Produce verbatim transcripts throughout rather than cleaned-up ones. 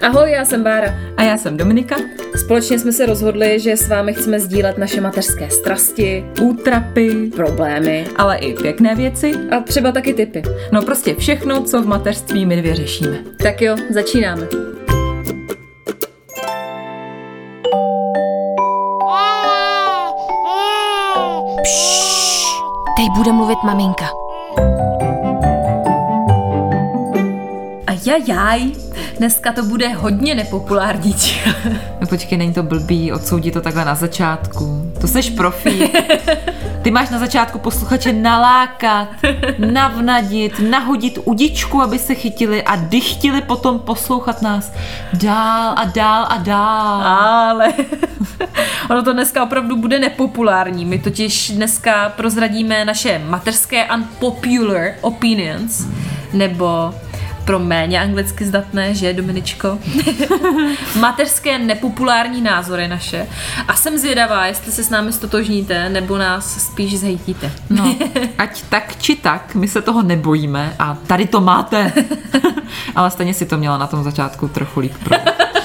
Ahoj, já jsem Bára. A já jsem Dominika. Společně jsme se rozhodli, že s vámi chceme sdílet naše mateřské strasti, útrapy, problémy, ale i pěkné věci. A třeba taky tipy. No prostě všechno, co v mateřství my dvě řešíme. Tak jo, začínáme. Pšš, teď bude mluvit maminka. Ajajaj, dneska to bude hodně nepopulární. No počkej, není to blbý, odsoudí to takhle na začátku. To seš profík. Ty máš na začátku posluchače nalákat, navnadit, nahodit udičku, aby se chytili a dychtili potom poslouchat nás dál a dál a dál. Ale ono to dneska opravdu bude nepopulární. My totiž dneska prozradíme naše mateřské unpopular opinions, nebo pro méně anglicky zdatné, že, Dominičko? Mateřské nepopulární názory naše. A jsem zvědavá, jestli se s námi stotožníte, nebo nás spíš zhejtíte. No, ať tak či tak, my se toho nebojíme a tady to máte. Ale stejně si to měla na tom začátku trochu líp pro.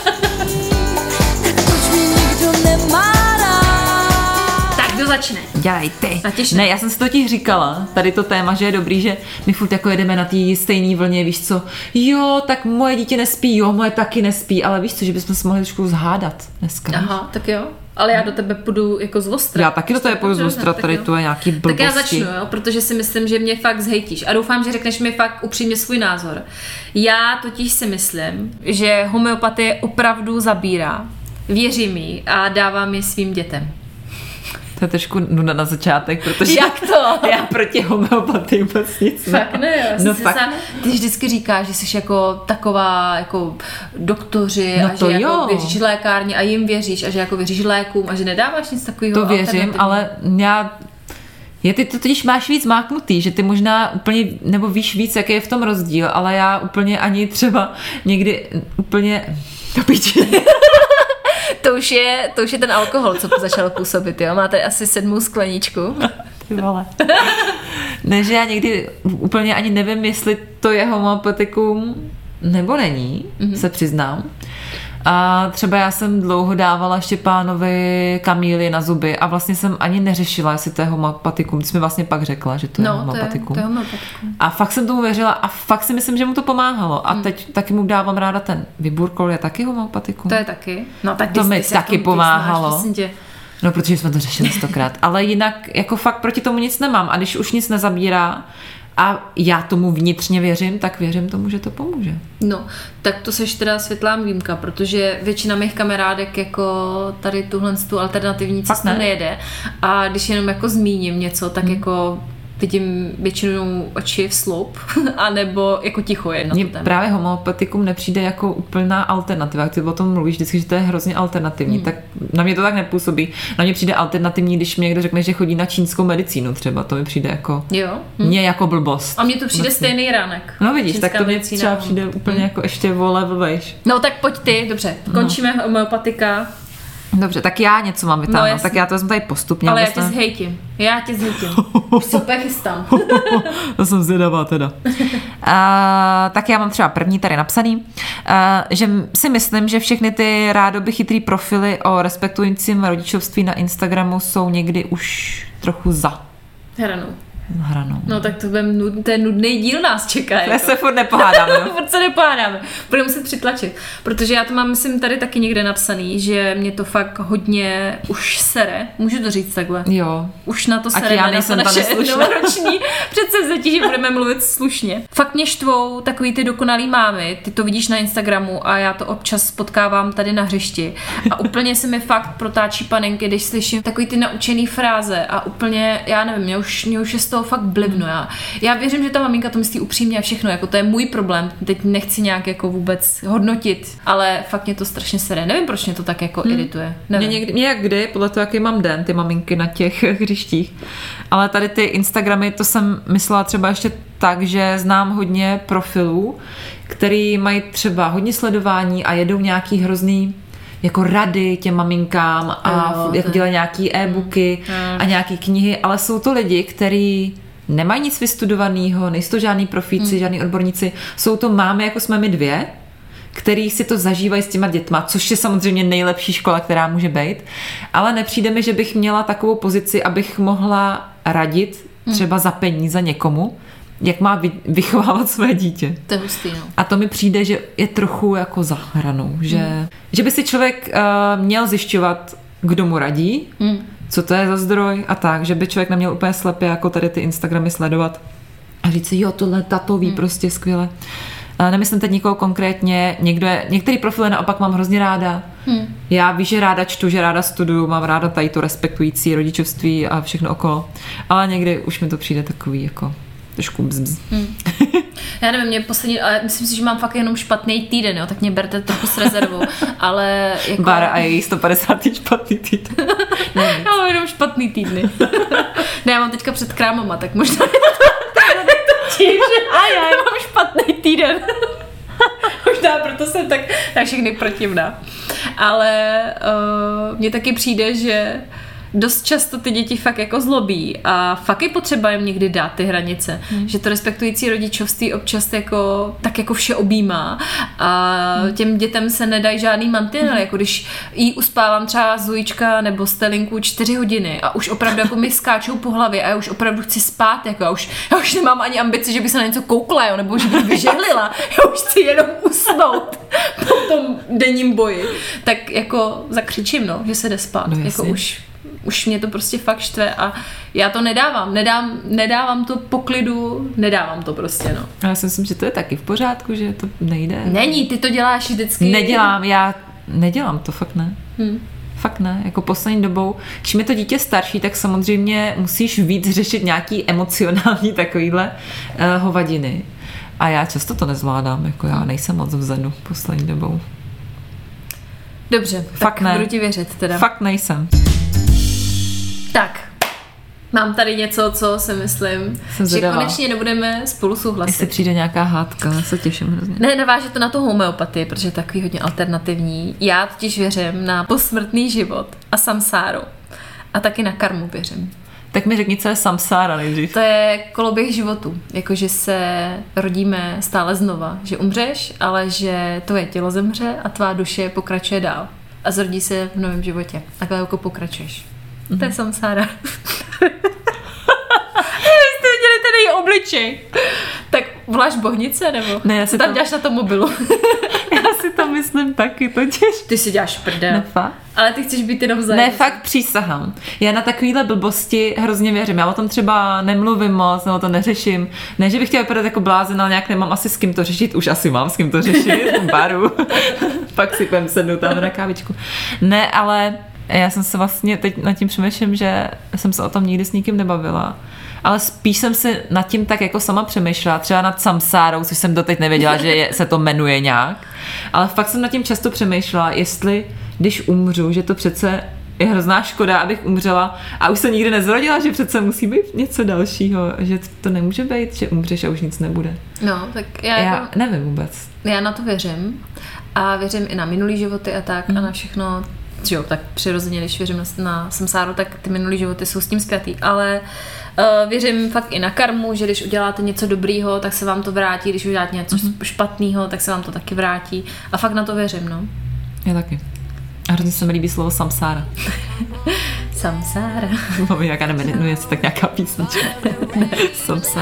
Začne. Dělej ty. Natěž ne, já jsem si totiž říkala, tady to téma, že je dobrý, že my furt jako jedeme na té stejné vlně, víš co, jo, tak moje dítě nespí, jo, moje taky nespí, ale víš co, že bychom se mohli trošku zhádat dneska. Aha, tak jo. Ale já do tebe půjdu jako zlostra. Já taky do tebe půjdu zlostra, tady to je nějaký blbosti. Tak já začnu, jo, protože si myslím, že mě fakt zhejtíš. A doufám, že řekneš mi fakt upřímně svůj názor. Já totiž si myslím, že homeopatie opravdu zabírá. Věřím jí a dávám ji svým dětem. To je trošku nuda na začátek, protože jak to? Já proti homeopatii vůbec nic ne. Fakt ne, jo. No fakt. Sám, ty vždycky říkáš, že jsi jako taková jako doktoři no a že jako jo. věříš lékárně a jim věříš a že jako věříš lékům a že nedáváš nic takového. To věřím, ale já je, ty to totiž máš víc máknutý, že ty možná úplně, nebo víš víc, jaký je v tom rozdíl, ale já úplně ani třeba někdy úplně to piči. To už je, to už je ten alkohol, co začal působit, jo? Máte asi sedmou skleničku. Ty vole. Ne, že já někdy úplně ani nevím, jestli to je homeopatikum nebo není, mm-hmm. se přiznám. A třeba já jsem dlouho dávala Štěpánovi kamíly na zuby a vlastně jsem ani neřešila, jestli to je homeopatikum. Ty jsi mi vlastně pak řekla, že to je no, homeopatikum. To je, to je homeopatikum. A fakt jsem tomu věřila a fakt si myslím, že mu to pomáhalo. A hmm. teď taky mu dávám ráda ten Viburkol, je taky homeopatikum. To je taky. No tak to ty, mi ty taky tom, pomáhalo. Ty tě... No, protože jsme to řešili stokrát. Ale jinak jako fakt proti tomu nic nemám. A když už nic nezabírá a já tomu vnitřně věřím, tak věřím tomu, že to pomůže. No, tak to seš teda světlá výjimka, protože většina mých kamarádek jako tady tuhle tu alternativní cestu ne. nejede a když jenom jako zmíním něco, tak hmm. jako vidím většinou oči v sloup, anebo jako ticho je na Mně to téma. Právě homeopatikum nepřijde jako úplná alternativa. Ty o tom mluvíš vždycky, že to je hrozně alternativní. Hmm. Tak na mě to tak nepůsobí. Na mě přijde alternativní, když mi někdo řekne, že chodí na čínskou medicínu třeba. To mi přijde jako jo? Hm. Mně jako blbost. A mně to přijde vlastně stejný ránek. No vidíš, tak to mě třeba přijde úplně hmm. jako ještě o level vejš. No tak pojď ty, dobře. Končíme no. homeopatika. Dobře, tak já něco mám vytáhnout, no, tak já to vezmu tady postupně. Ale já tě zhejtím, já tě zhejtím. Už se úplně chystám. To jsem zvědavá teda. uh, tak já mám třeba první tady napsaný, uh, že si myslím, že všechny ty rádoby chytrý profily o respektujícím rodičovství na Instagramu jsou někdy už trochu za hranou. hranou. No tak to, nud, to je nudný díl nás čeká. Já jako. se furt nepohádáme. Furt se nepohádáme. Budeme muset přitlačit. Protože já to mám, myslím, tady taky někde napsaný, že mě to fakt hodně už sere. Můžu to říct takhle? Jo. Už na to sere. Já nejsem na to naše novoroční předsevzetí, že budeme mluvit slušně. Fakt mě štvou takový ty dokonalý mámy. Ty to vidíš na Instagramu a já to občas potkávám tady na hřišti. A úplně se mi fakt protáčí panenky, když slyším takový ty naučený fráze a úplně, já nevím, mě už, mě už je z toho fakt blbnu. Já, já věřím, že ta maminka to myslí upřímně a všechno, jako to je můj problém. Teď nechci nějak jako vůbec hodnotit, ale fakt mě to strašně sere. Nevím, proč mě to tak jako hmm. irituje. Mě někdy, mě jak kdy, podle toho, jaký mám den, ty maminky na těch hřištích. Ale tady ty Instagramy, to jsem myslela třeba ještě tak, že znám hodně profilů, který mají třeba hodně sledování a jedou nějaký hrozný jako rady těm maminkám a jo, jak dělají nějaký e-booky mm. a nějaký knihy, ale jsou to lidi, kteří nemají nic vystudovaného, nejsou to žádný profíci, mm. žádný odborníci, jsou to mámy, jako jsme my dvě, který si to zažívají s těma dětma, což je samozřejmě nejlepší škola, která může být, ale nepřijde mi, že bych měla takovou pozici, abych mohla radit třeba za peníze někomu, jak má vychovávat své dítě. To je hustý, no. A to mi přijde, že je trochu jako za hranou, že, mm. že by si člověk uh, měl zjišťovat, kdo mu radí, mm. co to je za zdroj a tak, že by člověk neměl úplně slepě jako tady ty Instagramy sledovat a říct si, jo, tohle tato ví mm. prostě skvěle. Uh, nemyslím teď nikoho konkrétně, někdo je, některý profily naopak mám hrozně ráda. Mm. Já víš, že ráda čtu, že ráda studuju, mám ráda tady to respektující rodičovství a všechno okolo, ale někdy už mi to přijde takový jako trošku bzbz. Hmm. Já nevím, mě poslední, ale myslím si, že mám fakt jenom špatný týden, jo, tak mě berte trochu s rezervou, ale jako... Bára a její sto padesát špatný týden. Já mám jenom špatný týdny. Ne, já mám teďka před krámama, tak možná tím, že a já mám špatný týden. Možná proto jsem tak na všechny protivná. Ale uh, mně taky přijde, že dost často ty děti fakt jako zlobí a fakt je potřeba jim někdy dát ty hranice, hmm. že to respektující rodičovství občas jako, tak jako vše objímá a hmm. těm dětem se nedají žádný mantinel, hmm. jako když jí uspávám třeba Zujička nebo Stelinku čtyři hodiny a už opravdu jako mi skáčou po hlavě a já už opravdu chci spát, jako já už, já už nemám ani ambici, že by se na něco koukla, jo, nebo že by vyžehlila, já už chci jenom usnout po tom denním boji, tak jako zakřičím, no, že se jde spát, no, jako už už mě to prostě fakt štve a já to nedávám, nedám, nedávám to po klidu, nedávám to prostě, no. A já si myslím, že to je taky v pořádku, že to nejde. Není, ty to děláš vždycky. Nedělám, já nedělám to, fakt ne. Hmm. Fakt ne, jako poslední dobou, když je to dítě starší, tak samozřejmě musíš víc řešit nějaký emocionální takovýhle uh, hovadiny. A já často to nezvládám, jako já nejsem moc v zenu poslední dobou. Dobře, fakt tak ne. budu ti věřit teda. Fakt nejsem. Tak, mám tady něco, co si myslím, Jsem že zvědavá. konečně nebudeme spolu souhlasit. Jestli přijde nějaká hádka, já se těším hrozně. Ne, naváže to na tu homeopatii, protože je takový hodně alternativní. Já totiž věřím na posmrtný život a samsáru. A taky na karmu věřím. Tak mi řekni, co je samsára nejdřív. To je koloběh životu. Jakože se rodíme stále znova. Že umřeš, ale že tvoje tělo zemře a tvá duše pokračuje dál. A zrodí se v novém životě. Takhle jako pokračuješ. Mm-hmm. To je samsára. Jste viděli ten její obličej. Tak voláš bohnice, nebo? Ne, já si co tam to... děláš na tom mobilu? Já si to myslím taky totiž. Ty si děláš prdel. Ne, fakt? Ale ty chceš být jenom za. Ne, fakt přísahám. Já na takovýhle blbosti hrozně věřím. Já o tom třeba nemluvím moc, nebo to neřeším. Ne, že bych chtěla vypadat jako blázen, ale nějak nemám asi s kým to řešit. Už asi mám s kým to řešit v baru. Pak si půjdem sednout tam na kávičku. Ne, ale já jsem se vlastně teď nad tím přemýšlím, že jsem se o tom nikdy s nikým nebavila. Ale spíš jsem si nad tím tak jako sama přemýšlela, třeba nad samsárou, což jsem doteď nevěděla, že je, se to jmenuje nějak. Ale fakt jsem nad tím často přemýšlela, jestli, když umřu, že to přece je hrozná škoda, abych umřela a už se nikdy nezrodila, že přece musí být něco dalšího, že to nemůže být, že umřeš a už nic nebude. No, tak já, já jako, nevím vůbec. Já na to věřím a věřím i na minulý životy a tak mm. a na všechno. Jo, tak přirozeně, když věřím na, na samsáru, tak ty minulý životy jsou s tím spjatý, ale uh, věřím fakt i na karmu, že když uděláte něco dobrýho, tak se vám to vrátí, když uděláte něco mm-hmm. špatného, tak se vám to taky vrátí a fakt na to věřím, no. Já taky. A hrozně se mi líbí slovo samsára. Samsára. Mám nějaká nemenuje se tak nějaká písnička. Samsára.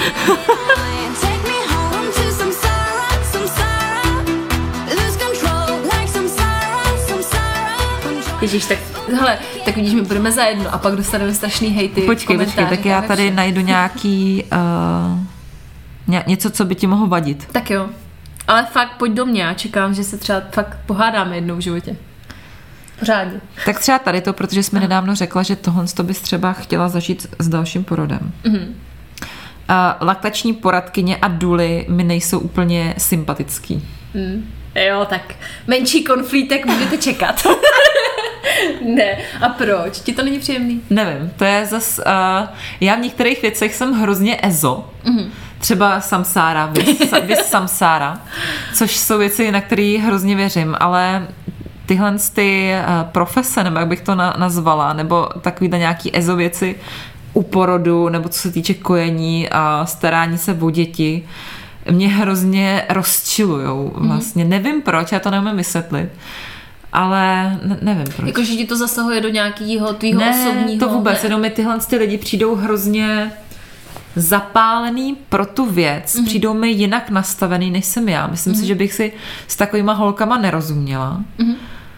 Ježíš, tak hele, tak vidíš, my budeme zajedno a pak dostaneme strašný hejty. Počkej, počkej, tak já tady najdu nějaký uh, ně, něco, co by ti mohlo vadit. Tak jo, ale fakt pojď do mě, já čekám, že se třeba fakt pohádáme jednou v životě. Pořádně. Tak třeba tady to, protože jsme nedávno řekla, že tohle to bys třeba chtěla zažít s dalším porodem. Mm-hmm. Uh, laktační poradkyně a duly mi nejsou úplně sympatický. Mm. Jo, tak menší konflítek můžete čekat. Ne, a proč? Ti to není příjemný? Nevím, to je zas... Uh, já v některých věcech jsem hrozně ezo. Mm-hmm. Třeba samsára, vys, vys samsára, což jsou věci, na které hrozně věřím, ale tyhle ty uh, profese, nebo jak bych to na, nazvala, nebo takovýhle nějaký ezo věci u porodu, nebo co se týče kojení a starání se o děti, mě hrozně rozčilujou vlastně. Mm-hmm. Nevím proč, já to neumím vysvětlit. Ale ne, nevím proč. Jakože ti to zasahuje do nějakého tvýho ne, osobního... to vůbec, ne. jenom mi tyhle ty lidi přijdou hrozně zapálený pro tu věc, mm-hmm. přijdou mi jinak nastavený, než jsem já. Myslím mm-hmm. si, že bych si s takovýma holkama nerozuměla. Mm-hmm.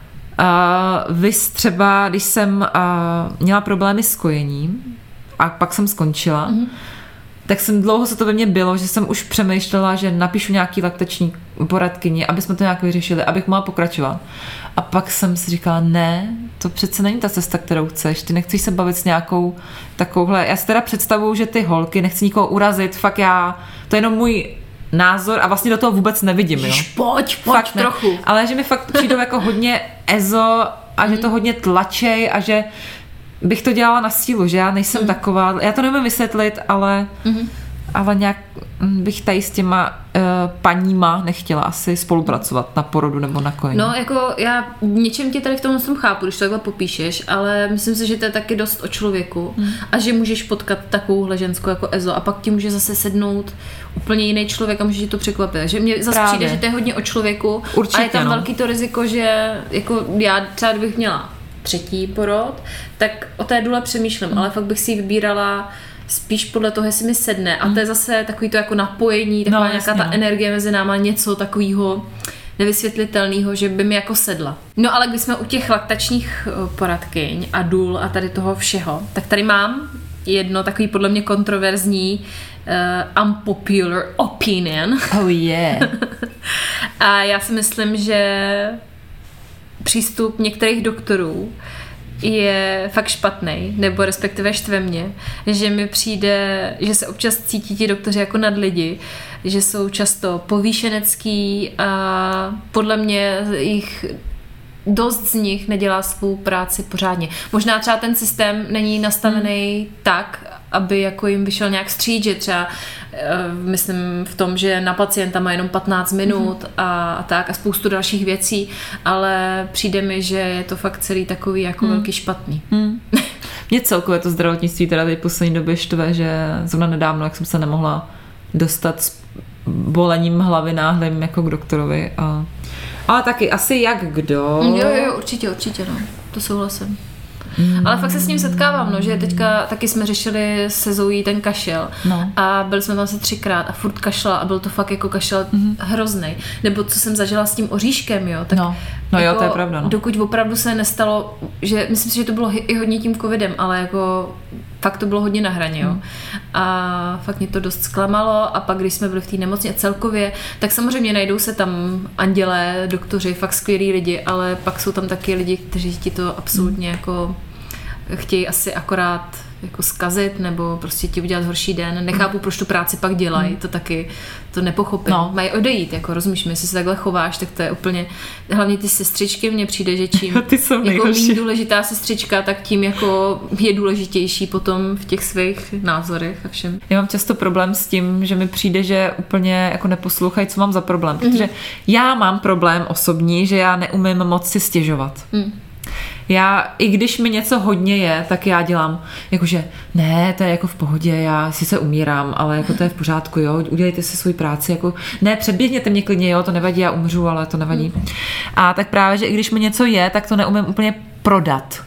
Uh, vys třeba, když jsem uh, měla problémy s kojením a pak jsem skončila, mm-hmm. tak jsem dlouho se to ve mně bylo, že jsem už přemýšlela, že napíšu nějaký laktační poradkyni, aby jsme to nějak vyřešili, abych mohla pokračovat. A pak jsem si říkala, ne, to přece není ta cesta, kterou chceš. Ty nechceš se bavit s nějakou takovouhle... Já si teda představuju, že ty holky, nechci nikoho urazit, fakt já... To je jenom můj názor a vlastně do toho vůbec nevidím, jo. Jež, pojď, pojď fakt trochu. Ne. Ale že mi fakt přijdou jako hodně ezo a že to hodně tlačej a že bych to dělala na sílu, že já nejsem mm. taková, já to nevím vysvětlit, ale, mm. ale nějak bych tady s těma uh, paníma nechtěla asi spolupracovat na porodu nebo na kojení. No, jako já něčem tě tady v tomhle tom chápu, když to takhle popíšeš, ale myslím si, že to je taky dost o člověku mm. a že můžeš potkat takovouhle ženskou jako Ezo a pak ti může zase sednout úplně jiný člověk a může ti to překvapit. Že mně zase Právě. přijde, že to je hodně o člověku. Určitě, a je tam no. velký to riziko, že jako já třeba kdybych měla třetí porod, tak o té důle přemýšlím, mm. ale fakt bych si ji vybírala spíš podle toho, jestli mi sedne. A to je zase takový to jako napojení, taková no, nějaká jasně, ta no. energie mezi náma, něco takového nevysvětlitelného, že by mi jako sedla. No ale když jsme u těch laktačních poradkyň a důl a tady toho všeho, tak tady mám jedno takový podle mě kontroverzní uh, unpopular opinion. Oh yeah. A já si myslím, že přístup některých doktorů je fakt špatný, nebo respektive štve mě, že mi přijde, že se občas cítí ti doktoři jako nad lidi, že jsou často povýšenecký a podle mě jich dost z nich nedělá svou práci pořádně. Možná třeba ten systém není nastavený hmm. tak, aby jako jim vyšel nějak vstříc, že třeba myslím v tom, že na pacienta má jenom patnáct minut mm-hmm. a, a tak a spoustu dalších věcí, ale přijde mi, že je to fakt celý takový jako mm. velký špatný. Mm. Mě celkově to zdravotnictví teda teď poslední době štve, že zrovna nedávno, jak jsem se nemohla dostat s bolením hlavy náhlým jako k doktorovi. A... Ale taky asi jak kdo. Jo, jo, určitě, určitě, no. To souhlasím. Mm. Ale fakt se s ním setkávám, no, že teďka taky jsme řešili se Zoe ten kašel no. a byli jsme tam asi třikrát a furt kašla a byl to fakt jako kašel mm. hroznej. Nebo co jsem zažila s tím oříškem, jo, tak no. No jako, jo, to je pravda, no. Dokud opravdu se nestalo, že myslím si, že to bylo i hodně tím covidem, ale jako fakt to bylo hodně na hraně, jo. Mm. A fakt mě to dost zklamalo a pak, když jsme byli v té nemocni a celkově, tak samozřejmě najdou se tam andělé, doktoři, fakt skvělí lidi, ale pak jsou tam taky lidi, kteří ti to absolutně mm. jako chtějí asi akorát jako zkazit nebo prostě ti udělat horší den. Nechápu, proč tu práci pak dělají, to taky to nepochopím. No. Mají odejít, jako rozumíš mi, jestli se takhle chováš, tak to je úplně, hlavně ty sestřičky, mně přijde, že čím jako méně důležitá sestřička, tak tím jako je důležitější potom v těch svých názorech a všem. Já mám často problém s tím, že mi přijde, že úplně jako neposlouchají, co mám za problém, protože mm. já mám problém osobní, že já neumím moc si stěžovat. Mm. Já, i když mi něco hodně je, tak já dělám, jakože ne, to je jako v pohodě, já si se umírám, ale jako to je v pořádku, jo, udělejte si svou práci, jako ne, předběhněte mě klidně, jo, to nevadí, já umřu, ale to nevadí. Mm. A tak právě, že i když mi něco je, tak to neumím úplně prodat.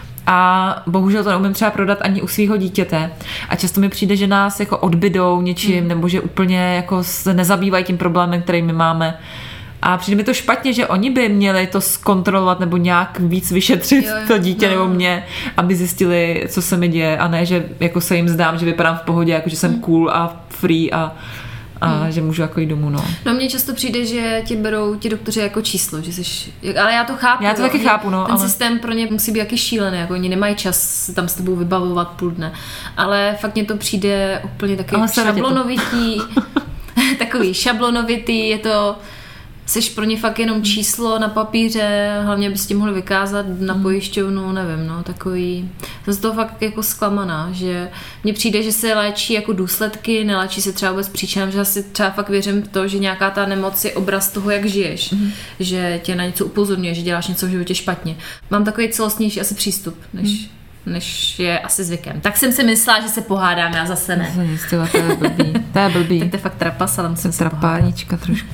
A bohužel to neumím třeba prodat ani u svého dítěte. A často mi přijde, že nás jako odbydou něčím, mm. nebo že úplně jako se nezabývají tím problémem, který my máme. A přijde mi to špatně, že oni by měli to zkontrolovat nebo nějak víc vyšetřit jo, jo, to dítě no. nebo mě, aby zjistili, co se mi děje a ne, že jako se jim zdám, že vypadám v pohodě, jako že jsem mm. cool a free a, a mm. že můžu jako jít domů. No. no mně často přijde, že ti berou ti doktoři jako číslo, že jsi, ale já to chápu. Já to jo, taky chápu, no. Ten ale... systém pro ně musí být jaký šílený, jako oni nemají čas tam s tebou vybavovat půl dne, ale fakt mně to přijde úplně takový šablonovitý, takový šablonovitý, je to Jseš pro ně fakt jenom číslo na papíře, hlavně bys tím mohli vykázat na pojišťovnu, nevím, no, takový. Jsem z toho fakt jako zklamaná, že mně přijde, že se léčí jako důsledky, neléčí se třeba vůbec příčinám, že asi třeba fakt věřím v to, že nějaká ta nemoc je obraz toho, jak žiješ, mm. že tě na něco upozorňuje, že děláš něco v životě špatně. Mám takový celostnější asi přístup, než... Mm. než je asi zvykem. Tak jsem si myslela, že se pohádáme a zase ne. Nic, tyhle, to je blbý. To je blbý. Tak to je fakt trapas, ale musím se trapánička trošku.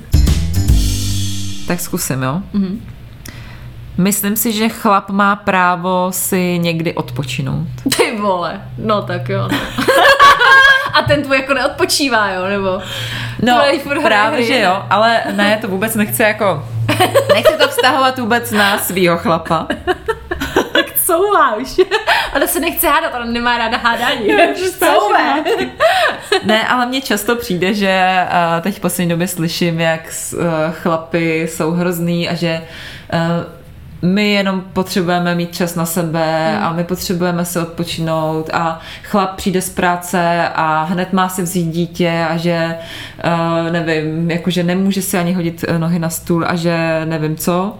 Tak zkusím, jo? Mm-hmm. Myslím si, že chlap má právo si někdy odpočinout. Ty vole, no tak jo. No. A ten tvůj jako neodpočívá, jo, nebo? No, právě, že jo, ale ne, to vůbec nechci jako, nechci to vztahovat vůbec na svýho chlapa. Tak couváš. Ona se nechce hádat, ona nemá ráda hádání. Couvé. Ne, ale mně často přijde, že uh, teď v poslední době slyším, jak uh, chlapi jsou hrozný a že uh, my jenom potřebujeme mít čas na sebe hmm. a my potřebujeme se odpočinout a chlap přijde z práce a hned má si vzít dítě a že uh, nevím, jakože nemůže si ani hodit nohy na stůl a že nevím co.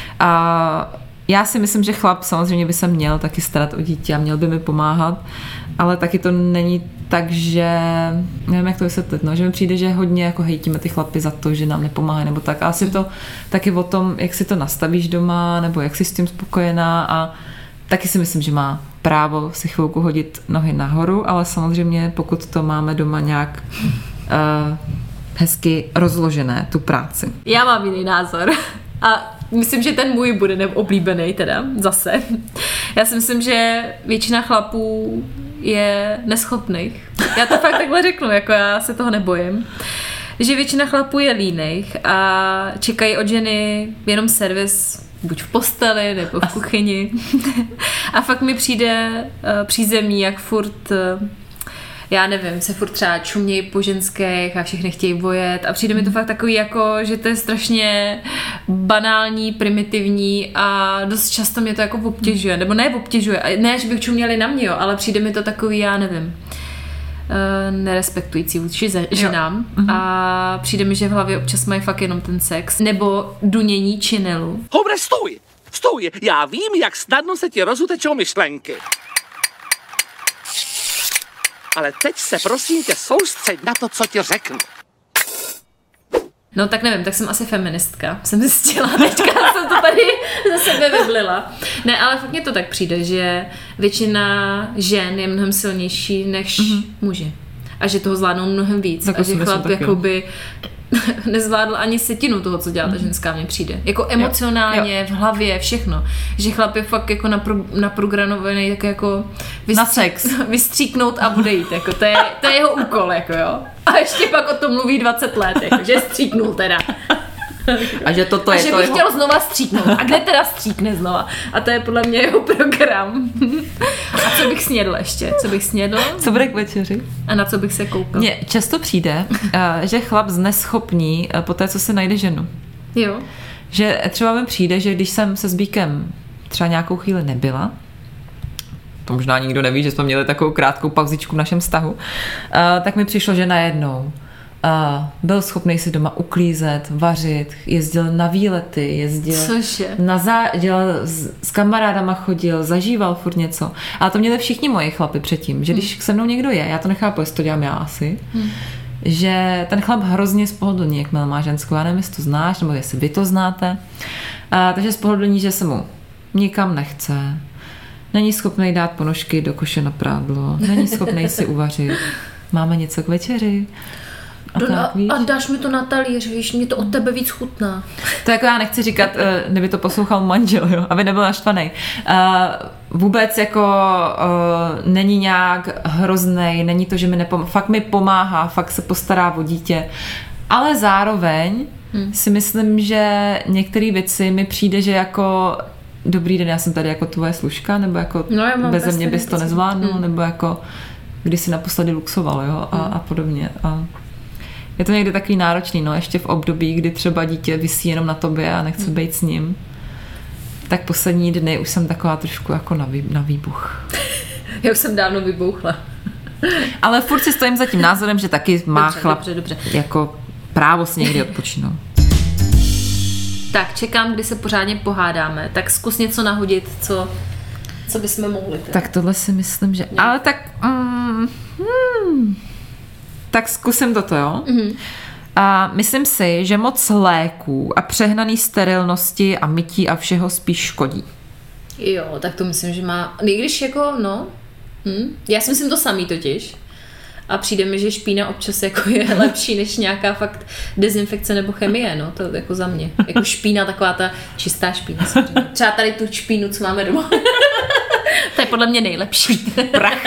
A já si myslím, že chlap samozřejmě by se měl taky starat o dítě a měl by mi pomáhat, ale taky to není tak, že nevím, jak to vysvětlit, no, že mi přijde, že hodně jako hejtíme ty chlapy za to, že nám nepomáhají, nebo tak. A asi to taky o tom, jak si to nastavíš doma, nebo jak jsi s tím spokojená a taky si myslím, že má právo si chvilku hodit nohy nahoru, ale samozřejmě pokud to máme doma nějak uh, hezky rozložené, tu práci. Já mám jiný názor a myslím, že ten můj bude neoblíbený teda, zase. Já si myslím, že většina chlapů je neschopných. Já to fakt takhle řeknu, jako já se toho nebojím. Že většina chlapů je líných a čekají od ženy jenom servis, buď v posteli nebo v kuchyni. A fakt mi přijde uh, přízemní, jak furt... Uh, já nevím, se furt třeba čumějí po ženských a všichni chtějí vojet a přijde mi to fakt takový jako, že to je strašně banální, primitivní a dost často mě to jako obtěžuje, nebo ne obtěžuje, ne, že bych čuměli na mě, jo, ale přijde mi to takový, já nevím, nerespektující vůči ženám a přijde mi, že v hlavě občas mají fakt jenom ten sex, nebo dunění činelu. Hobre, stůj, stůj, já vím, jak snadno se ti rozutečou myšlenky. Ale teď se prosím tě soustřeď na to, co ti řeknu. No tak nevím, tak jsem asi feministka, jsem zjistila, teďka jsem to tady za sebe vyblila. Ne, ale fakt mně to tak přijde, že většina žen je mnohem silnější než mm-hmm. muži. A že toho zvládnou mnohem víc. Tak a že chlap jakoby nezvládl ani setinu toho, co dělá ta ženská, mně přijde. Jako emocionálně, jo. v hlavě, všechno. Že chlap je fakt jako napro, naprogramovaný tak jako vystří, na sex. Vystříknout a bude jít. Jako to, je, to je jeho úkol, jako jo. A ještě pak o tom mluví dvacet let, jako, že stříknul teda. A že toto a je že to by jeho... chtěl znova stříknout. A kde teda stříkne znova? A to je podle mě jeho program. A co bych snědl ještě? Co bych snědl? Co bude k večeři? A na co bych se koukal? Mně často přijde, že chlap zneschopní po té, co se najde ženu. Jo. Že třeba mi přijde, že když jsem se Zbíkem třeba nějakou chvíli nebyla, to možná nikdo neví, že jsme měli takovou krátkou pauzičku v našem vztahu, tak mi přišlo, že najednou a byl schopný si doma uklízet, vařit, jezdil na výlety, jezdil Cože? na zá, dělal, s, s kamarádama chodil, zažíval furt něco. A to měli všichni moji chlapi předtím, že když hmm. se mnou někdo je, já to nechápu, jestli to dělám já asi, hmm. že ten chlap hrozně spohodlní, jakmile má ženskou, já nevím, jestli to znáš, nebo jestli vy to znáte. A, takže spohodlní, že se mu nikam nechce, není schopný dát ponožky do koše na prádlo, není schopný si uvařit, máme něco k večeři. A, tak, a, a dáš mi to na talíř, víš, mě to od tebe víc chutná. To jako já nechci říkat, kdyby to poslouchal manžel, jo, aby nebyl naštvaný. Uh, vůbec jako uh, není nějak hroznej, není to, že mi nepomáhá, fakt mi pomáhá, fakt se postará o dítě, ale zároveň hmm. si myslím, že některé věci mi přijde, že jako dobrý den, já jsem tady jako tvoje služka, nebo jako no, beze mě bys to nezvládnul, hmm. nebo jako když si naposledy luxoval, jo, a, hmm. a podobně. A je to někdy takový náročný, no, ještě v období, kdy třeba dítě visí jenom na tobě a nechce být s ním. Tak poslední dny už jsem taková trošku jako na, vý, na výbuch. Já už jsem dávno vybouchla. Ale furt si stojím za tím názorem, že taky má dobře, chlap dobře, dobře. jako právo si někdy odpočinout. Tak, čekám, kdy se pořádně pohádáme. Tak zkus něco nahodit, co, co bychom mohli. Teda. Tak tohle si myslím, že... Ne. Ale tak... Mm, hmm. Tak zkusím toto, jo? Mm-hmm. A myslím si, že moc léků a přehnaný sterilnosti a mytí a všeho spíš škodí. Jo, tak to myslím, že má, nejvíš jako, no, hm? Já si myslím to samý totiž. A přijde mi, že špína občas jako je lepší než nějaká fakt dezinfekce nebo chemie, no, to jako za mě. Jako špína, taková ta čistá špína. Samozřejmě. Třeba tady tu špínu, co máme doma. To je podle mě nejlepší. Prach.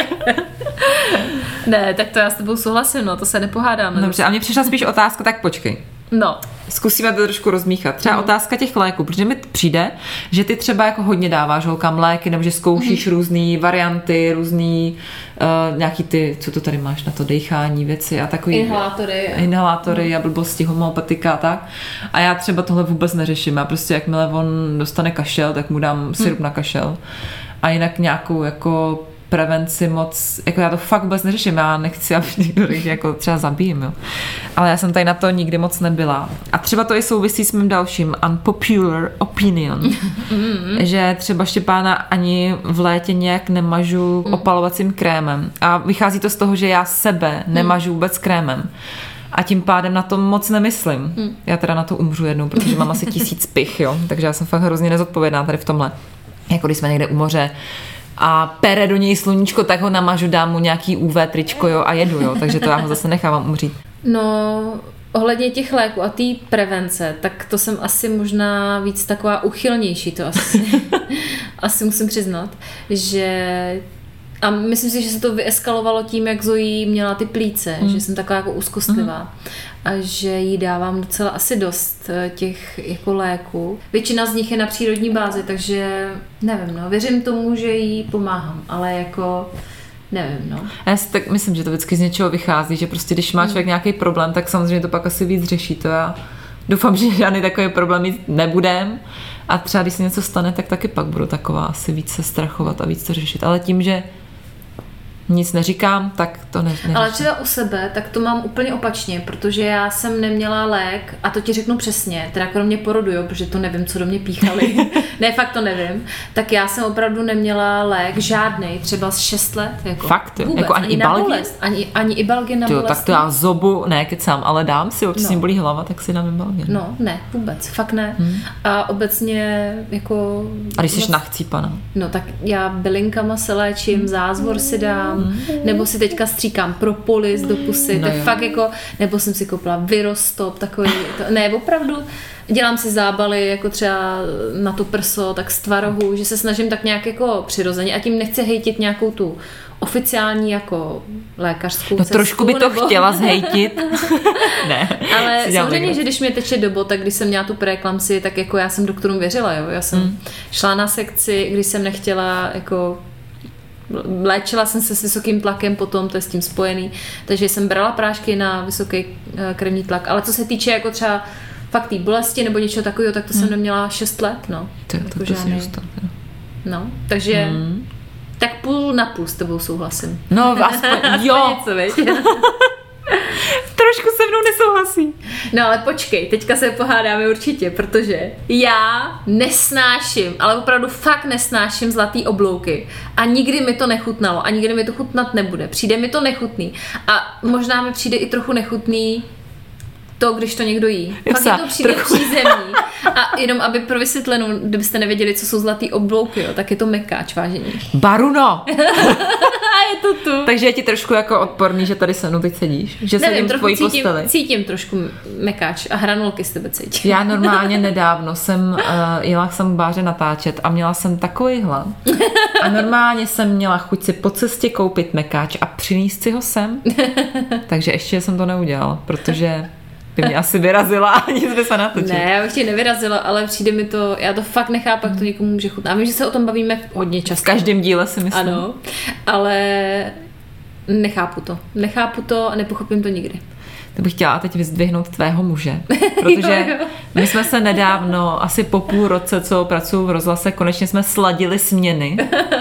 Ne, tak to já s tebou souhlasím, no, to se nepohádáme. Dobře, a mně přišla spíš otázka, tak počkej. No. Zkusíme to trošku rozmíchat. Třeba mm. otázka těch léků, protože mi přijde, že ty třeba jako hodně dáváš holkám léky, nebo že zkoušíš mm. různé varianty, různý uh, nějaký ty, co to tady máš na to dechání věci a takový. Inhalátory. Inhalátory mm. a blbosti, homeopatika a tak. A já třeba tohle vůbec neřeším. Já prostě jakmile on dostane kašel, tak mu dám sirup mm. na kašel. A jinak nějakou jako prevenci moc, jako já to fakt vůbec neřeším, já nechci, aby někdo jako třeba zabijím, jo. Ale já jsem tady na to nikdy moc nebyla. A třeba to i souvisí s mým dalším unpopular opinion, mm-hmm. že třeba Štěpána ani v létě nějak nemažu mm. opalovacím krémem. A vychází to z toho, že já sebe nemažu vůbec krémem. A tím pádem na to moc nemyslím. Mm. Já teda na to umřu jednou, protože mám asi tisíc pich, jo. Takže já jsem fakt hrozně nezodpovědná tady v tomhle. Jako když jsme někde u moře a pere do něj sluníčko, tak ho namažu, dám mu nějaký U V tričko, jo, a jedu, jo, takže to já ho zase nechávám umřít. No, ohledně těch léků a té prevence, tak to jsem asi možná víc taková uchylnější, to asi, asi musím přiznat, že a myslím si, že se to vyeskalovalo tím, jak Zoe měla ty plíce, mm. že jsem taková jako úzkostlivá mm. a že jí dávám docela asi dost těch jako léků. Většina z nich je na přírodní bázi, takže nevím, no, věřím tomu, že jí pomáhám, ale jako nevím, no. Já si tak myslím, že to vždycky z něčeho vychází, že prostě když má člověk mm. nějaký problém, tak samozřejmě to pak asi víc řeší. To já doufám, že žádný takový problém mít nebudem a třeba když se něco stane, tak taky pak budu taková asi víc se strachovat a víc to řešit. Ale tím, že nic neříkám, tak to ne, neřeším. Ale třeba u sebe, tak to mám úplně opačně, protože já jsem neměla lék, a to ti řeknu přesně, teda kromě porodu, jo, protože to nevím, co do mě píchali, ne, fakt to nevím, tak já jsem opravdu neměla lék žádnej, třeba z šest let. Jako, fakt, jo? Vůbec, Jako ani, ani na bolest, ani, ani Ibalgin na to, bolest. Tak to já zobu, ne, kecám, ale dám si, občas no. bolí hlava, tak si dám Ibalgin. No, ne, vůbec, fakt ne. Hmm. A obecně jako... A když moc... jsi nachcípaná? No, tak já bylinkama se léčím, zázvor si dám, nebo si teďka stříkám propolis do pusy, no to je fakt jako, nebo jsem si koupila Virostop, takový, to, ne, opravdu, dělám si zábaly, jako třeba na to prso, tak z tvarohu, že se snažím tak nějak jako přirozeně a tím nechci hejtit nějakou tu oficiální jako lékařskou no cestu. Trošku by to nebo... chtěla zhejtit. Ne. Ale samozřejmě, že když mě teče do bot, tak když jsem měla tu preeklamsi, tak jako já jsem doktorům věřila, jo. Já jsem mm. šla na sekci, když jsem nechtěla jako léčila jsem se s vysokým tlakem potom, to je s tím spojený, takže jsem brala prášky na vysoký krevní tlak, ale co se týče jako třeba fakt té bolesti nebo něčeho takového, tak to hmm. jsem neměla šest let, no. To, jako to, to si dostal, no, takže hmm. tak půl na půl s tebou souhlasím. No, aspoň, jo. něco, viď? Trošku se mnou nesouhlasí. No ale počkej, teďka se pohádáme určitě, protože já nesnáším, ale opravdu fakt nesnáším zlatý oblouky a nikdy mi to nechutnalo a nikdy mi to chutnat nebude. Přijde mi to nechutný a možná mi přijde i trochu nechutný to, když to někdo jí. Fakt je to přijde přízemní. A jenom aby pro vysvětlenou, kdybyste nevěděli, co jsou zlatý oblouky, jo, tak je to mekáč, vážení. Baruno! A je to tu. Takže je ti trošku jako odporný, že tady se mnou teď sedíš? Že sedím v tvojí cítím, posteli? Cítím trošku mekáč a hranolky z tebe cítím. Já normálně nedávno jsem uh, jela jsem v báře natáčet a měla jsem takový hlad. A normálně jsem měla chuť si po cestě koupit mekáč a přinést si ho sem. Takže ještě jsem to neudělala, protože by mě asi vyrazila a nic by se natočil. Ne, já bych tě nevyrazila, ale přijde mi to, já to fakt nechápu, jak to někomu může chutnat. A vím, že se o tom bavíme hodně často. V každém díle si myslím. Ano, ale nechápu to. Nechápu to a nepochopím to nikdy. To bych chtěla teď vyzdvihnout tvého muže, protože jo, jo. my jsme se nedávno, asi po půl roce, co pracuju v rozhlase, konečně jsme sladili směny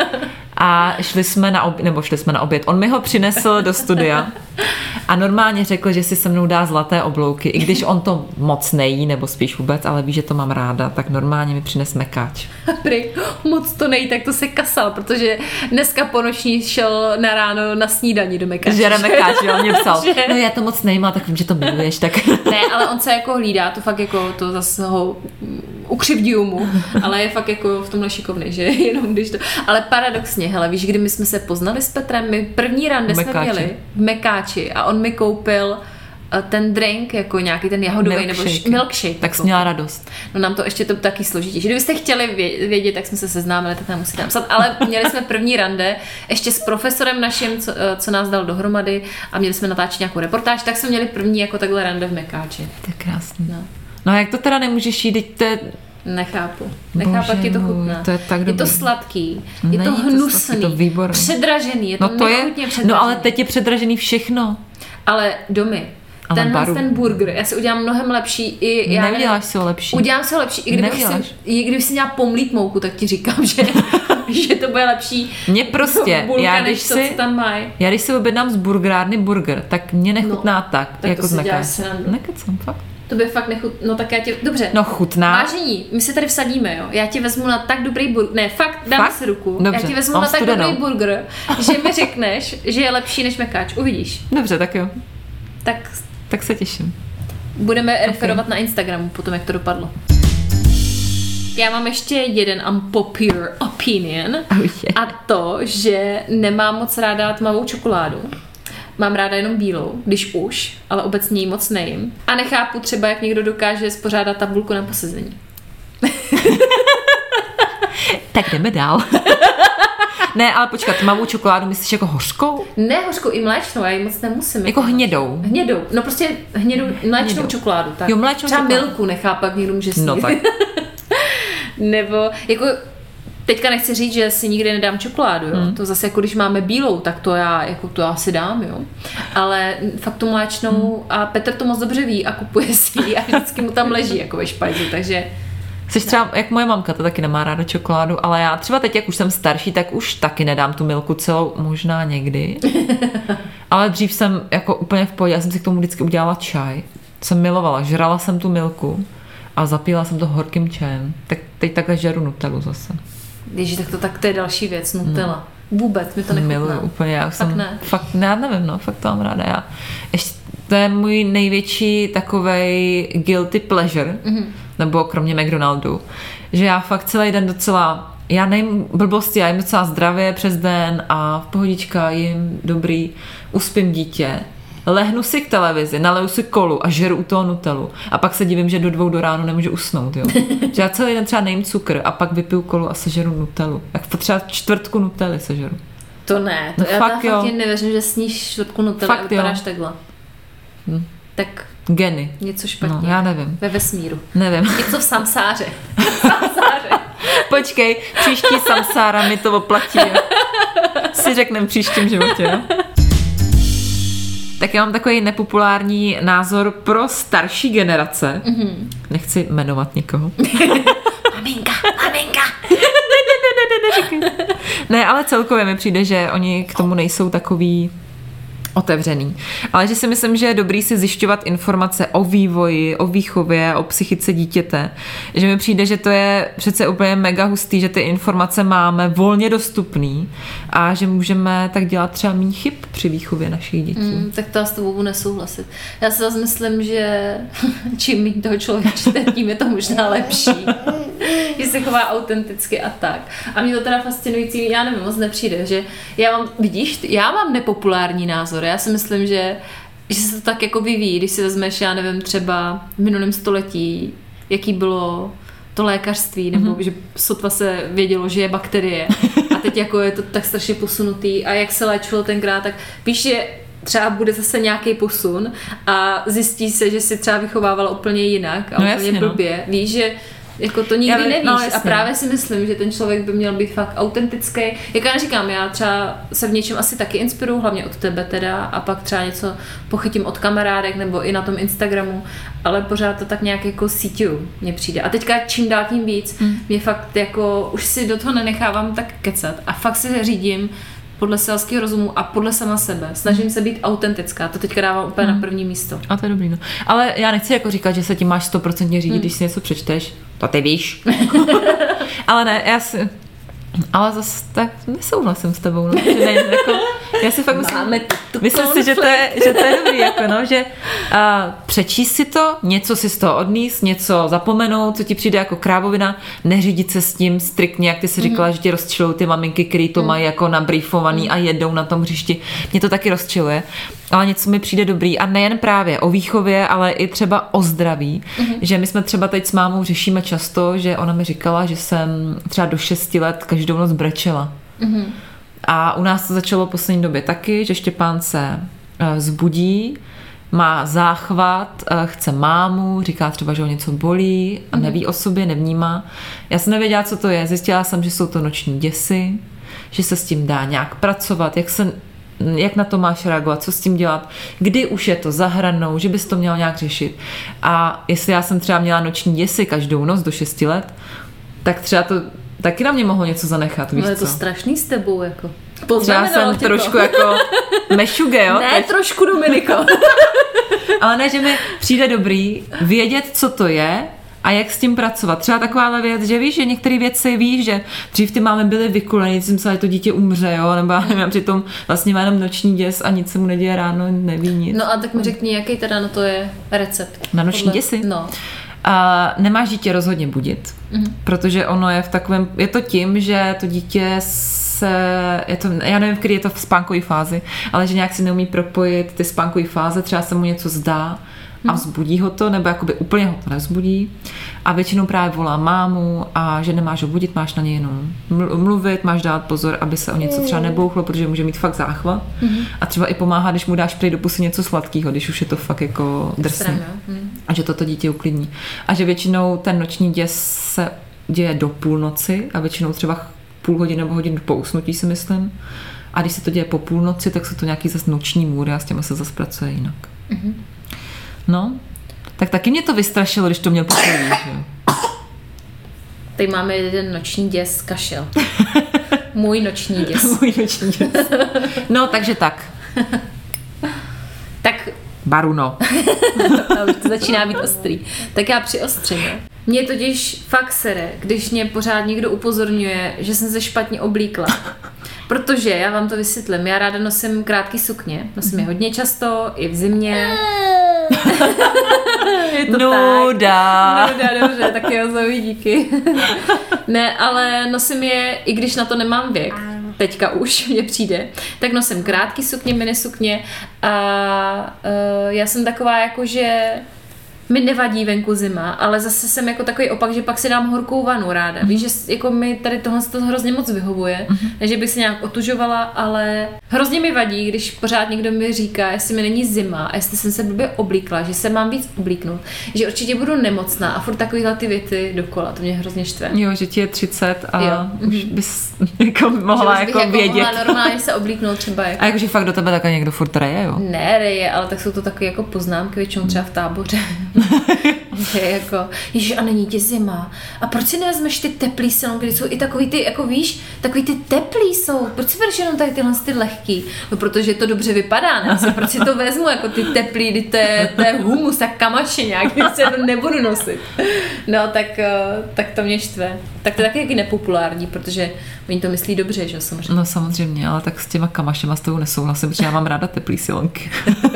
a šli jsme na oběd, nebo šli jsme na oběd. On mi ho přinesl do studia a normálně řekl, že si se mnou dá zlaté oblouky, i když on to moc nejí, nebo spíš vůbec, ale ví, že to mám ráda, tak normálně mi přines mekáč. Prý, moc to nejí, tak to se kasal, protože dneska po noční šel na ráno na snídani do mekáče. Žere mekáč, jo, mě psal. Že... No já to moc nejím, tak vím, že to miluješ, tak... Ne, ale on se jako hlídá, to fakt jako, to zase ho ukřivďuju mu, ale je fakt jako v tomhle šikovný, že jenom když to... Ale paradoxně, hele, víš, kdy my jsme se poznali s Petrem, my první rande jsme měli v Mekáči a on mi koupil ten drink, jako nějaký ten jahodový nebo milkshake. Tak jsi měla radost. No nám to ještě to taky složitější. Kdybyste chtěli vědět, tak jsme se seznámili, tak nám musíte napsat. Ale měli jsme první rande ještě s profesorem naším, co, co nás dal dohromady a měli jsme natáčet nějakou reportáž, tak jsme měli první jako takhle rande v Mekáči. To je krásný. No. No a jak to teda nemůžeš jít, teď to je... Nechápu. Nechápu, jak ti to chutná. To je tak dobrý. Je to sladký, je Není to hnusný, to výborný. Předražený, je to no to nechutně je, předražený. No ale teď je předražený všechno. Ale domy. Tenhle ten burger, já si udělám mnohem lepší i... Já Neuděláš si ho lepší. Udělám si ho lepší, i kdybych si, i kdybych si měla pomlít mouku, tak ti říkám, že, že to bude lepší. Mně prostě, bulka, já když, to, si, tam mají. já když si objednám z burgerárny burger, tak mě nechutná no, tak, tak jako to z Mekáče. Nekecám, fakt. To by fakt nechutná, no tak já ti, dobře. No chutná. Vážení, my se tady vsadíme, jo, já ti vezmu na tak dobrý burger, ne, fakt, dám fakt? si ruku, Dobře, já ti vezmu mám na tak studenou. dobrý burger, že mi řekneš, že je lepší než Mekáč, uvidíš. Dobře, tak jo. Tak... Tak se těším. Budeme okay. referovat na Instagramu potom, jak to dopadlo. Já mám ještě jeden unpopular opinion oh, yeah. a to, že nemám moc ráda tmavou čokoládu. Mám ráda jenom bílou, když už, ale obecně ji moc nejím. A nechápu třeba, jak někdo dokáže spořádat tabulku na posezení. Tak jdeme dál. Ne, ale počkat, tmavou čokoládu myslíš jako hořkou? Ne hořkou, i mléčnou, já ji moc nemusím. Jako hnědou? Hnědou, no prostě hnědou, mléčnou hnědou. čokoládu. Tak. Jo, mléčnou třeba čokoládu. milku nechápu, jak někdo může snít. No tak. Nebo, jako, teďka nechci říct, že si nikdy nedám čokoládu, jo. Hmm. To zase jako když máme bílou, tak to já, jako to já si dám, jo. Ale fakt tu mléčnou hmm. a Petr to moc dobře ví a kupuje si ji a vždycky mu tam leží jako ve špajzu, takže... Jsi třeba, jak moje mamka, to taky nemá ráda čokoládu, ale já třeba teď, jak už jsem starší, tak už taky nedám tu milku celou, možná někdy. Ale dřív jsem jako úplně v pohodě, já jsem si k tomu vždycky udělala čaj. Jsem milovala, žrala jsem tu milku a zapíla jsem to horkým čajem. Tak teď takhle žeru Nutellu zase. Ježi, tak to, tak to je další věc, Nutella. Hmm. Vůbec mi to nechutná. Miluju úplně, já fakt jsem, ne. Fakt, já nevím, no, fakt to mám ráda. Já. Ještě, to je můj největší takovej guilty pleasure, mm-hmm. nebo kromě McDonaldu, že já fakt celý den docela, já nejím blbosti, já jim docela zdravě přes den a v pohodička jim dobrý, uspím dítě, lehnu si k televizi, naleju si kolu a žeru u toho Nutellu a pak se divím, že do dvou do ránu nemůžu usnout, jo. Že já celý den třeba nejím cukr a pak vypiju kolu a sežeru Nutellu. Jak potřeba čtvrtku Nutelly sežeru. To ne, to no já fakt, fakt jen nevěřím, že sníš čtvrtku Nutelly a vypadáš takhle. Hm. Tak geny. Něco špatně. No, já nevím. Ve vesmíru. Nevím. Něco v samsáře. samsáře. Počkej, příští samsára mi to oplatí. Si řekneme v příštím životě. Jo? Tak já mám takový nepopulární názor pro starší generace. Mm-hmm. Nechci jmenovat nikoho. Maminka, maminka. ne, ne, ne, ne, ne, ne, ale celkově mi přijde, že oni k tomu nejsou takový otevřený. Ale že si myslím, že je dobrý si zjišťovat informace o vývoji, o výchově, o psychice dítěte. Že mi přijde, že to je přece úplně mega hustý, že ty informace máme volně dostupný a že můžeme tak dělat třeba méně chyb při výchově našich dětí. Mm, tak to já s tebou budu nesouhlasit. Já si zase myslím, že čím méně toho člověk čte, tím je to možná lepší. Že se chová autenticky a tak. A mě to teda fascinující, já nevím, moc nepřijde, že já mám, vidíš, já mám nepopulární názor. Já si myslím, že, že se to tak jako vyvíjí, když si vezmeš, já nevím, třeba v minulém století, jaký bylo to lékařství, nebo mm-hmm. že sotva se vědělo, že je bakterie. A teď jako je to tak strašně posunutý. A jak se léčilo tenkrát, tak víš, že třeba bude zase nějaký posun a zjistí se, že si třeba vychovávala úplně jinak a no úplně jasně, blbě. No. Víš, že jako to nikdy já, nevíš no, a právě si myslím, že ten člověk by měl být fakt autentický. Jak já neříkám, já třeba se v něčem asi taky inspiruju, hlavně od tebe teda a pak třeba něco pochytím od kamarádek nebo i na tom Instagramu, ale pořád to tak nějak jako síťuju, mně přijde. A teďka čím dál tím víc, mm. mě fakt jako už si do toho nenechávám tak kecat a fakt si řídím podle selského rozumu a podle sama sebe. Snažím mm. se být autentická. To teďka dávám úplně mm. na první místo. A to je dobrý, no. Ale já nechci jako říkat, že se tím máš sto procent řídit, mm. když si něco přečteš. To ty víš. Ale ne, já si... Ale zase tak nesouhlasím s tebou. No. Že ne, jako, já si fakt myslím... Máme ty myslím si, že to, je, že to je dobrý, jako no, že uh, přečíst si to, něco si z toho odníst, něco zapomenout, co ti přijde jako krávovina, neřídit se s tím striktně, jak ty si říkala, mm. že ti rozčilujou ty maminky, který to mm. mají jako nabriefovaný mm. a jedou na tom hřišti. Mě to taky rozčiluje, ale něco mi přijde dobrý a nejen právě o výchově, ale i třeba o zdraví, mm. že my jsme třeba teď s mámou řešíme často, že ona mi říkala, že jsem třeba do šesti let každou noc brečela. Mm. A u nás to začalo v poslední době taky, že Štěpán se zbudí, má záchvat, chce mámu, říká třeba, že ho něco bolí a neví o sobě, nevnímá. Já jsem nevěděla, co to je. Zjistila jsem, že jsou to noční děsi, že se s tím dá nějak pracovat, jak, se, jak na to máš reagovat, co s tím dělat, kdy už je to za hranou, že bys to měla nějak řešit. A jestli já jsem třeba měla noční děsi každou noc do šesti let, tak třeba to taky na mě mohlo něco zanechat, víš no je to co? strašný s tebou, jako. Já jsem trošku jako mešuge, jo? Ne, tak... trošku Dominiko. Ale ne, že mi přijde dobrý vědět, co to je a jak s tím pracovat. Třeba takováhle věc, že víš, že některé věci víš, že dřív ty máme byly vykulený, jsem myslela, že to dítě umře, jo? Nebo já přitom vlastně má jenom noční děs a nic se mu neděje ráno, neví nic. No a tak mi řekni, jaký teda na to je recept? Na noční podle... děsi? No. A nemáš dítě rozhodně budit, mm. protože ono je v takovém, je to tím, že to dítě se, je to, já nevím, v který je to v spánkové fázi, ale že nějak si neumí propojit ty spánkové fáze, třeba se mu něco zdá a vzbudí ho to, nebo jakoby úplně ho to nevzbudí a většinou právě volá mámu a že nemáš ho budit, máš na něj jenom mluvit, máš dát pozor, aby se o něco třeba nebouchlo, protože může mít fakt záchvat mm-hmm. a třeba i pomáhá, když mu dáš prej do pusy něco sladkého, když už je to fakt jako drsný a že toto dítě uklidní a že většinou ten noční děs se děje do půlnoci a většinou třeba půl hodiny nebo hodinu po usnutí si myslím a když se to děje po půlnoci, tak jsou to nějaký zase noční můry a s těma se zase pracuje jinak. Mm-hmm. No, tak taky mě to vystrašilo, když to měl poprvé, že? Tady máme jeden noční děs, kašel. Můj noční děs. Můj noční děs. No, takže tak. Tak... Baruno. To začíná být ostrý. Tak já přiostřím, jo. Mě totiž fakt sere, když mě pořád někdo upozorňuje, že jsem se špatně oblíkla. Protože, já vám to vysvětlím, já ráda nosím krátký sukně, nosím je hodně často, i v zimě. Je to Nuda. Tak. Nuda, dobře, tak jo, zoví, díky. Ne, ale nosím je, i když na to nemám věk, teďka už mě přijde, tak nosím krátký sukně, minisukně a uh, já jsem taková jako, že mi nevadí venku zima, ale zase jsem jako takový opak, že pak si dám horkou vanu ráda. Mm-hmm. Víš, že jako mi tady tohle to hrozně moc vyhovuje, mm-hmm. takže bych se nějak otužovala, ale hrozně mi vadí, když pořád někdo mi říká, jestli mi není zima a jestli jsem se blbě oblíkla, že se mám víc oblíknout, že určitě budu nemocná a furt takovýhle ty věty dokola, to mě hrozně štve. Jo, že ti je třicet a jo. už bys jako mohla že jako jako vědět. Mohla normálně se oblíknout třeba. Jako... A jakože fakt do tebe takhle někdo furt reje, jo? Ne, reje, ale tak jsou to takové jako poznámky, většinou třeba v táboře. Je jako, ježiš, a není ti zima. A proč si nevezmeš ty teplý silonky, kde jsou i takový ty, jako víš, takový ty teplý jsou. Proč si bereš jenom tady tyhle ty lehký? No, protože to dobře vypadá, ne? Proč si to vezmu, jako ty teplý, kdy to je, to je humus, tak kamaše nějak, když se to nebudu nosit. No, tak, tak to mě štve. Tak to je taky jaký nepopulární, protože oni to myslí dobře, že samozřejmě. No samozřejmě, ale tak s těma kamašema s tou nesouhlasím, protože já mám ráda teplý silonky.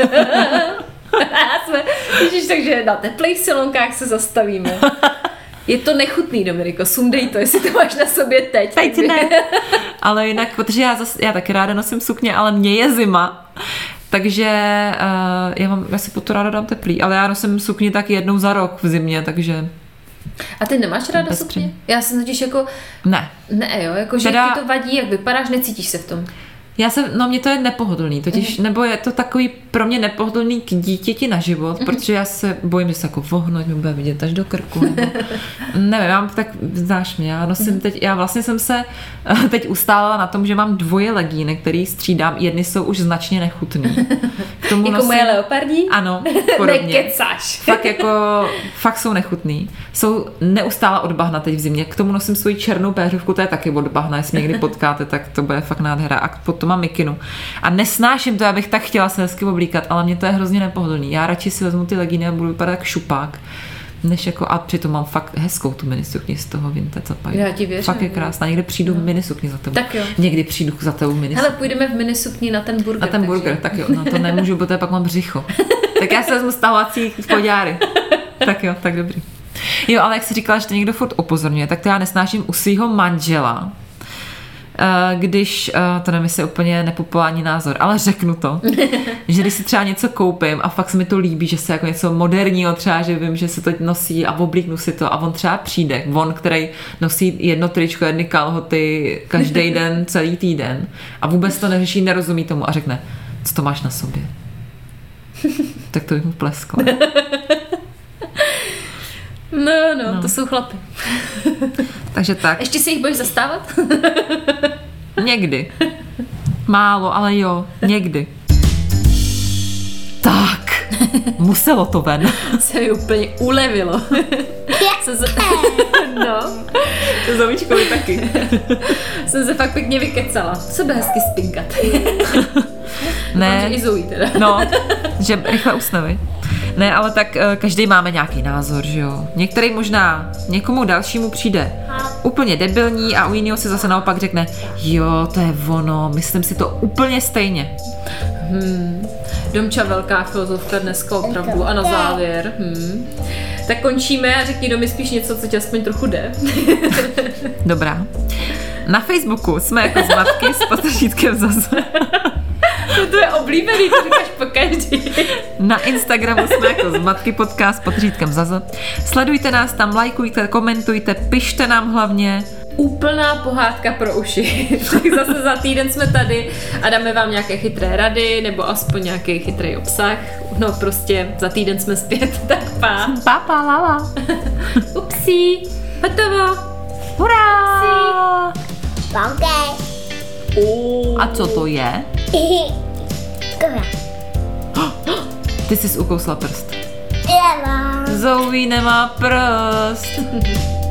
Jsme, ježiš, takže na teplých silonkách se zastavíme. Je to nechutný, Dominiko, sundej to, jestli to máš na sobě teď. Teď ne. Ale jinak, protože já, zas, já taky ráda nosím sukně, ale mně je zima. Takže uh, já, mám, já si po to ráda dám teplý, ale já nosím sukni tak jednou za rok v zimě, takže... A ty nemáš ráda sukně? Já jsem totiž jako... Ne. Ne, jo, jako že teda... ti to vadí, jak vypadáš, necítíš se v tom. Já jsem, no mě to je nepohodlný, totiž, mm. nebo je to takový pro mě nepohodlný k dítěti na život, mm. protože já se bojím, že se jako vohnout, mě bude vidět až do krku, nebo, nevím, já mám tak, znáš mě, já nosím mm. teď, já vlastně jsem se teď ustálela na tom, že mám dvoje legíny, který střídám, jedny jsou už značně nechutný. K tomu jako nosím, moje leopardí? Ano, podobně. Nekecáš. Fakt jako, fakt jsou nechutný. Jsou neustále od bahna teď v zimě, k tomu nosím svoji černou péřovku, to je taky od bahna, jestli někdy potkáte, tak to bude fakt nádhera. A potom mám mikinu. A nesnáším to, abych tak chtěla se hezky oblíkat, ale mě to je hrozně nepohodlný. Já radši si vezmu ty legíny a budu vypadat jak šupák. Než jako, a přitom mám fakt hezkou tu minisukni z toho Vintage Zapaju. Já ti věřím. Fakt je krásná. Někdy přijdu no. minisukni za tebou. Tak jo. Někdy přijdu za tebou minisukni. Hele, půjdeme v minisukni na ten burger. Na ten burger, tak jo. No to nemůžu, protože pak mám břicho. Tak já se vezmu stahovací poďáry. Tak jo, tak dobrý. Jo, ale jak jsi říkala, že to někdo furt upozorňuje, tak to já nesnáším u svého manžela, když, to nevím, jestli je úplně nepopulární názor, ale řeknu to, že když si třeba něco koupím a fakt se mi to líbí, že se jako něco moderního třeba, že vím, že se to nosí a oblíknu si to a on třeba přijde, on, který nosí jedno tričko, jedny kalhoty každý den, celý týden a vůbec to neřeší, nerozumí tomu a řekne, co to máš na sobě? Tak to bych mu pleskla. No, no, no, to jsou chlapy. Takže tak. Ještě se jich bojíš zastávat? Někdy. Málo, ale jo, někdy. Tak, muselo to ven. Se mi úplně ulevilo. Jsem se... No. To Zovičkovi taky. Jsem se fakt pěkně vykecala. Sebe hezky spinkat. Ne. Doufám, že i Zoe teda. No, že rychle usne, Ne, ale tak každý máme nějaký názor, že jo. Některý možná někomu dalšímu přijde úplně debilní a u jiného si zase naopak řekne, jo, to je ono, myslím si to úplně stejně. Hmm. Domča velká filozofka dneska opravdu a na závěr. Hmm. Tak končíme a řekni Domi spíš něco, co ti aspoň trochu jde. Dobrá. Na Facebooku jsme jako zmatky s potržítkem zase. To je oblíbený, to říkáš po každý. Na Instagramu jsme jako zmatky podcast pod řídkem Zazo. Sledujte nás tam, lajkujte, komentujte, pište nám hlavně. Úplná pohádka pro uši. Tak zase za týden jsme tady a dáme vám nějaké chytré rady nebo aspoň nějaký chytrý obsah. No prostě za týden jsme zpět, tak pá. Papa, lala. Upsí. Hotovo. Hurá! Okay. A co to je? Ty jsi ukousla prst. Zoe nemá prst.